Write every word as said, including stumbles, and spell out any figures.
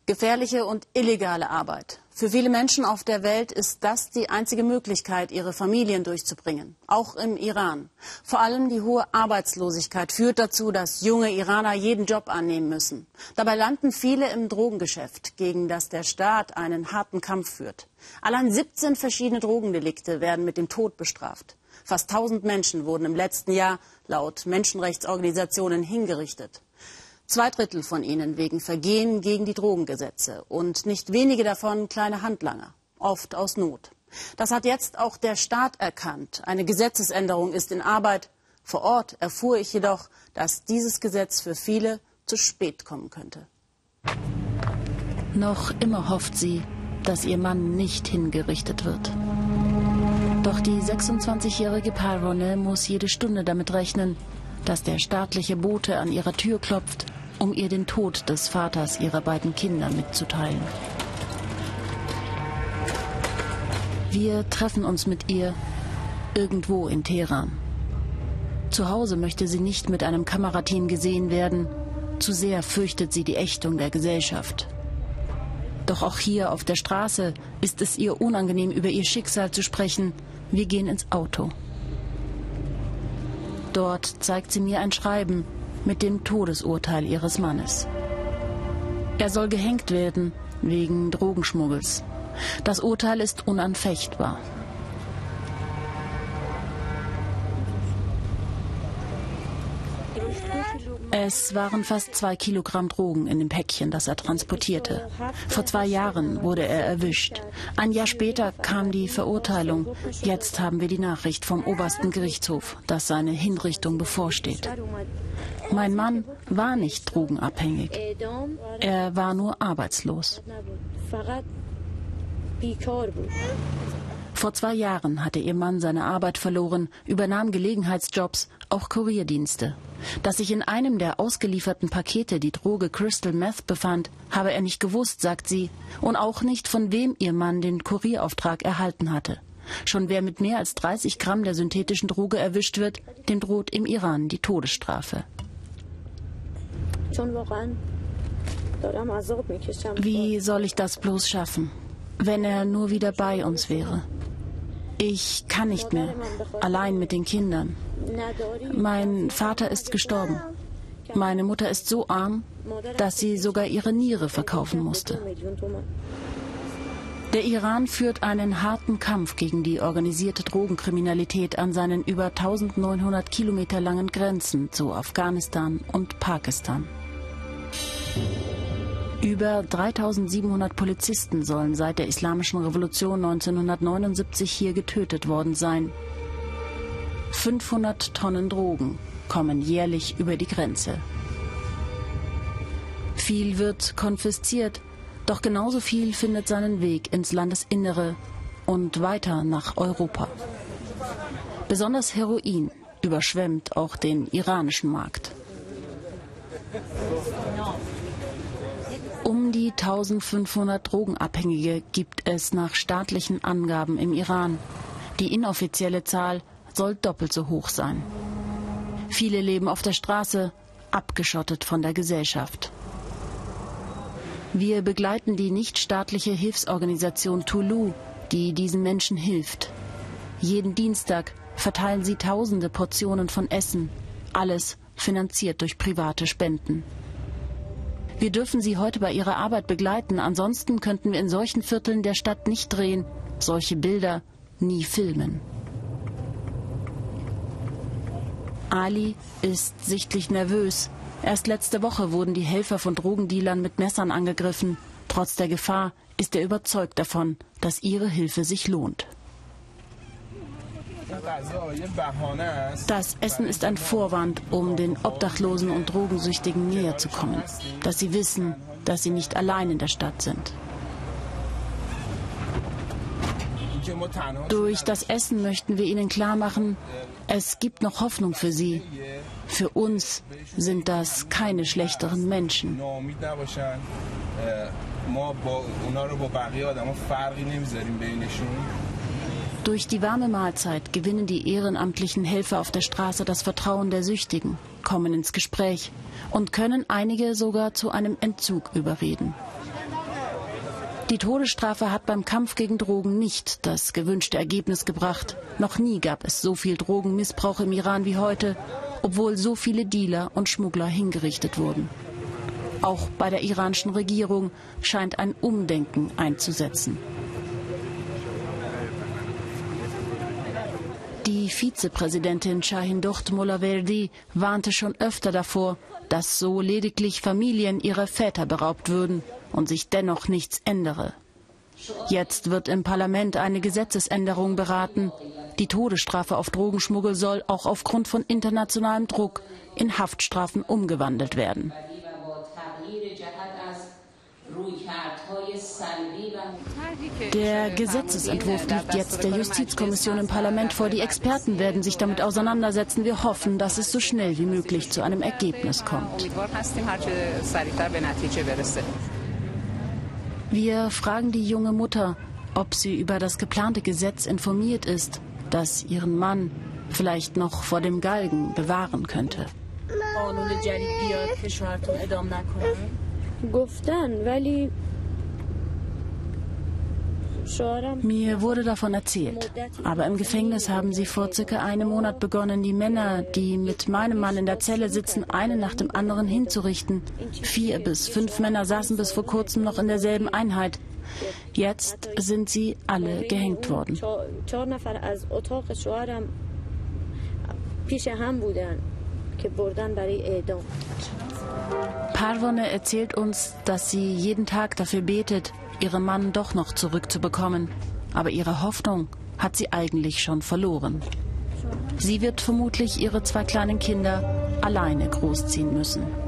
Gefährliche und illegale Arbeit. Für viele Menschen auf der Welt ist das die einzige Möglichkeit, ihre Familien durchzubringen. Auch im Iran. Vor allem die hohe Arbeitslosigkeit führt dazu, dass junge Iraner jeden Job annehmen müssen. Dabei landen viele im Drogengeschäft, gegen das der Staat einen harten Kampf führt. Allein siebzehn verschiedene Drogendelikte werden mit dem Tod bestraft. Fast tausend Menschen wurden im letzten Jahr laut Menschenrechtsorganisationen hingerichtet. Zwei Drittel von ihnen wegen Vergehen gegen die Drogengesetze und nicht wenige davon kleine Handlanger, oft aus Not. Das hat jetzt auch der Staat erkannt. Eine Gesetzesänderung ist in Arbeit. Vor Ort erfuhr ich jedoch, dass dieses Gesetz für viele zu spät kommen könnte. Noch immer hofft sie, dass ihr Mann nicht hingerichtet wird. Doch die sechsundzwanzigjährige Parvoneh muss jede Stunde damit rechnen, dass der staatliche Bote an ihrer Tür klopft, um ihr den Tod des Vaters ihrer beiden Kinder mitzuteilen. Wir treffen uns mit ihr irgendwo in Teheran. Zu Hause möchte sie nicht mit einem Kamerateam gesehen werden. Zu sehr fürchtet sie die Ächtung der Gesellschaft. Doch auch hier auf der Straße ist es ihr unangenehm, über ihr Schicksal zu sprechen. Wir gehen ins Auto. Dort zeigt sie mir ein Schreiben mit dem Todesurteil ihres Mannes. Er soll gehängt werden wegen Drogenschmuggels. Das Urteil ist unanfechtbar. Es waren fast zwei Kilogramm Drogen in dem Päckchen, das er transportierte. Vor zwei Jahren wurde er erwischt. Ein Jahr später kam die Verurteilung. Jetzt haben wir die Nachricht vom obersten Gerichtshof, dass seine Hinrichtung bevorsteht. Mein Mann war nicht drogenabhängig. Er war nur arbeitslos. Vor zwei Jahren hatte ihr Mann seine Arbeit verloren, übernahm Gelegenheitsjobs, auch Kurierdienste. Dass sich in einem der ausgelieferten Pakete die Droge Crystal Meth befand, habe er nicht gewusst, sagt sie, und auch nicht, von wem ihr Mann den Kurierauftrag erhalten hatte. Schon wer mit mehr als dreißig Gramm der synthetischen Droge erwischt wird, dem droht im Iran die Todesstrafe. Wie soll ich das bloß schaffen, wenn er nur wieder bei uns wäre? Ich kann nicht mehr, allein mit den Kindern. Mein Vater ist gestorben. Meine Mutter ist so arm, dass sie sogar ihre Niere verkaufen musste. Der Iran führt einen harten Kampf gegen die organisierte Drogenkriminalität an seinen über eintausendneunhundert Kilometer langen Grenzen zu Afghanistan und Pakistan. Über dreitausendsiebenhundert Polizisten sollen seit der Islamischen Revolution neunzehnhundertneunundsiebzig hier getötet worden sein. fünfhundert Tonnen Drogen kommen jährlich über die Grenze. Viel wird konfisziert, doch genauso viel findet seinen Weg ins Landesinnere und weiter nach Europa. Besonders Heroin überschwemmt auch den iranischen Markt. Um die eintausendfünfhundert Drogenabhängige gibt es nach staatlichen Angaben im Iran. Die inoffizielle Zahl soll doppelt so hoch sein. Viele leben auf der Straße, abgeschottet von der Gesellschaft. Wir begleiten die nichtstaatliche Hilfsorganisation Tulu, die diesen Menschen hilft. Jeden Dienstag verteilen sie tausende Portionen von Essen, alles finanziert durch private Spenden. Wir dürfen sie heute bei ihrer Arbeit begleiten, ansonsten könnten wir in solchen Vierteln der Stadt nicht drehen, solche Bilder nie filmen. Ali ist sichtlich nervös. Erst letzte Woche wurden die Helfer von Drogendealern mit Messern angegriffen. Trotz der Gefahr ist er überzeugt davon, dass ihre Hilfe sich lohnt. Das Essen ist ein Vorwand, um den Obdachlosen und Drogensüchtigen näher zu kommen, dass sie wissen, dass sie nicht allein in der Stadt sind. Durch das Essen möchten wir ihnen klar machen, es gibt noch Hoffnung für sie. Für uns sind das keine schlechteren Menschen. Durch die warme Mahlzeit gewinnen die ehrenamtlichen Helfer auf der Straße das Vertrauen der Süchtigen, kommen ins Gespräch und können einige sogar zu einem Entzug überreden. Die Todesstrafe hat beim Kampf gegen Drogen nicht das gewünschte Ergebnis gebracht. Noch nie gab es so viel Drogenmissbrauch im Iran wie heute, obwohl so viele Dealer und Schmuggler hingerichtet wurden. Auch bei der iranischen Regierung scheint ein Umdenken einzusetzen. Die Vizepräsidentin Shahindoht Molaverdi warnte schon öfter davor, dass so lediglich Familien ihrer Väter beraubt würden und sich dennoch nichts ändere. Jetzt wird im Parlament eine Gesetzesänderung beraten. Die Todesstrafe auf Drogenschmuggel soll auch aufgrund von internationalem Druck in Haftstrafen umgewandelt werden. Der Gesetzesentwurf liegt jetzt der Justizkommission im Parlament vor. Die Experten werden sich damit auseinandersetzen. Wir hoffen, dass es so schnell wie möglich zu einem Ergebnis kommt. Wir fragen die junge Mutter, ob sie über das geplante Gesetz informiert ist, das ihren Mann vielleicht noch vor dem Galgen bewahren könnte. Mir wurde davon erzählt, aber im Gefängnis haben sie vor circa einem Monat begonnen, die Männer, die mit meinem Mann in der Zelle sitzen, einen nach dem anderen hinzurichten. Vier bis fünf Männer saßen bis vor kurzem noch in derselben Einheit. Jetzt sind sie alle gehängt worden. Parvone erzählt uns, dass sie jeden Tag dafür betet, ihren Mann doch noch zurückzubekommen. Aber ihre Hoffnung hat sie eigentlich schon verloren. Sie wird vermutlich ihre zwei kleinen Kinder alleine großziehen müssen.